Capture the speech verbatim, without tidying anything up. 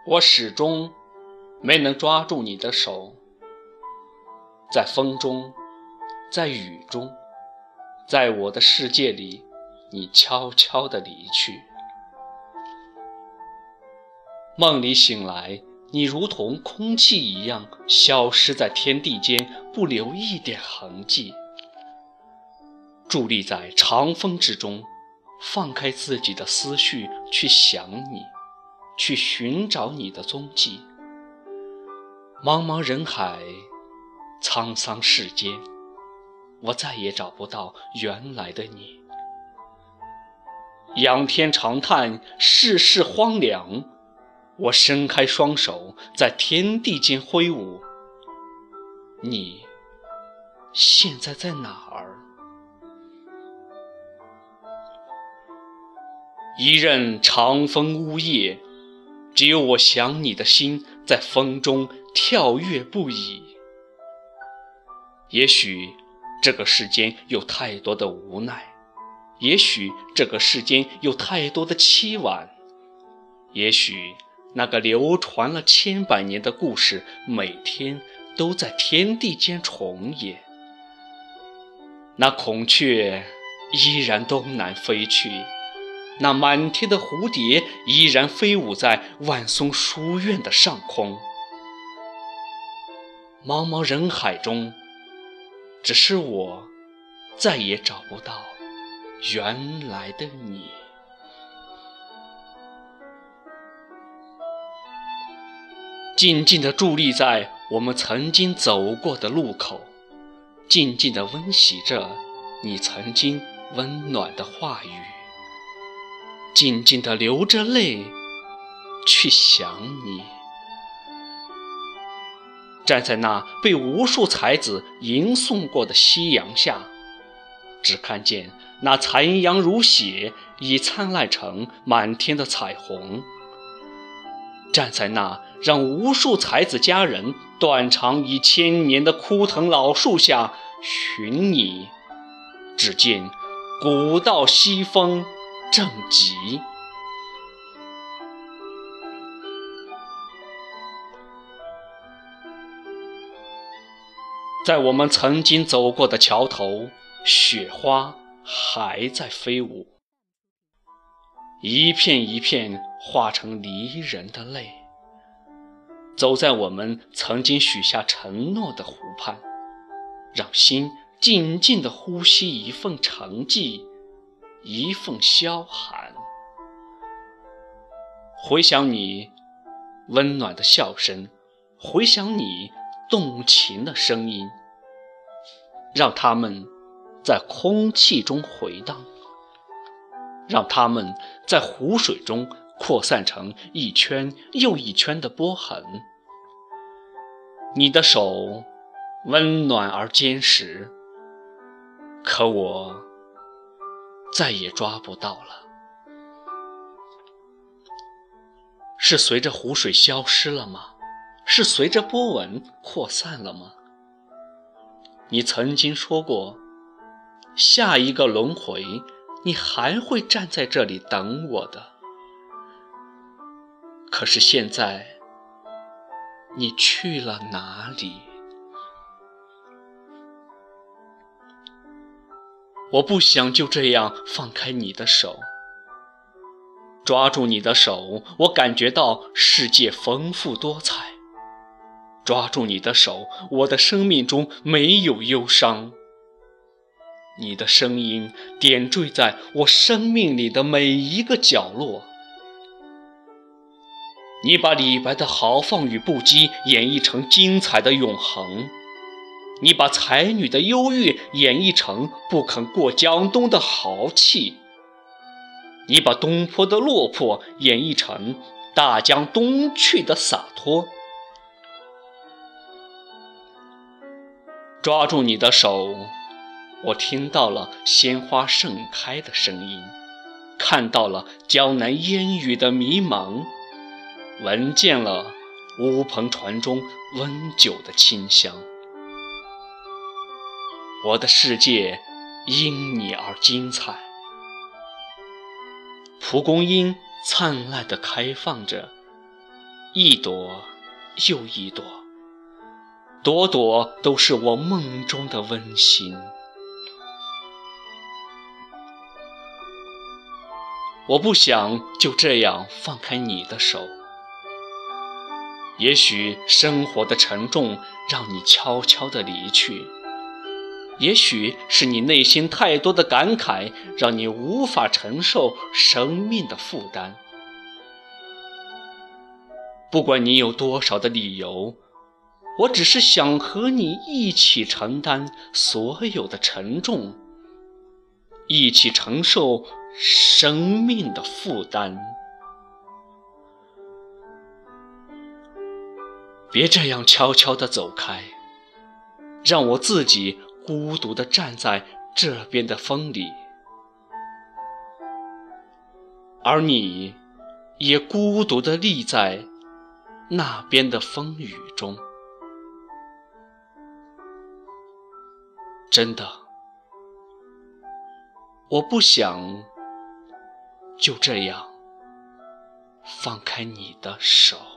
我始终没能抓住你的手，在风中，在雨中，在我的世界里，你悄悄地离去。梦里醒来，你如同空气一样消失在天地间，不留一点痕迹。伫立在长风之中，放开自己的思绪，去想你，去寻找你的踪迹。茫茫人海，沧桑世间，我再也找不到原来的你。仰天长叹，世事荒凉，我伸开双手，在天地间挥舞。你现在在哪儿？一任长风呜咽，只有我想你的心在风中跳跃不已。也许这个世间有太多的无奈，也许这个世间有太多的凄婉，也许那个流传了千百年的故事，每天都在天地间重演。那孔雀依然东南飞去，那满天的蝴蝶依然飞舞在万松书院的上空。茫茫人海中，只是我再也找不到原来的你。静静地伫立在我们曾经走过的路口，静静地温习着你曾经温暖的话语，静静地流着泪去想你。站在那被无数才子吟诵过的夕阳下，只看见那残阳如血，已灿烂成满天的彩虹。站在那让无数才子佳人断肠已千年的枯藤老树下寻你，只见古道西风正急。在我们曾经走过的桥头，雪花还在飞舞，一片一片化成离人的泪。走在我们曾经许下承诺的湖畔，让心静静地呼吸一份沉寂，一份萧寒。回想你温暖的笑声，回想你动情的声音，让它们在空气中回荡，让它们在湖水中扩散成一圈又一圈的波痕。你的手温暖而坚实，可我再也抓不到了。是随着湖水消失了吗？是随着波纹扩散了吗？你曾经说过，下一个轮回你还会站在这里等我的。可是现在你去了哪里？我不想就这样放开你的手，抓住你的手，我感觉到世界丰富多彩。抓住你的手，我的生命中没有忧伤。你的声音点缀在我生命里的每一个角落。你把李白的豪放与不羁演绎成精彩的永恒，你把才女的忧郁演绎成不肯过江东的豪气，你把东坡的落魄演绎成大江东去的洒脱。抓住你的手，我听到了鲜花盛开的声音，看到了江南烟雨的迷茫，闻见了乌篷船中温酒的清香。我的世界因你而精彩。蒲公英灿烂地开放着， 一朵又一朵，朵朵都是我梦中的温馨。我不想就这样放开你的手，也许生活的沉重让你悄悄地离去，也许是你内心太多的感慨让你无法承受生命的负担。不管你有多少的理由，我只是想和你一起承担所有的沉重，一起承受生命的负担。别这样悄悄地走开，让我自己孤独地站在这边的风里，而你也孤独地立在那边的风雨中。真的，我不想就这样放开你的手。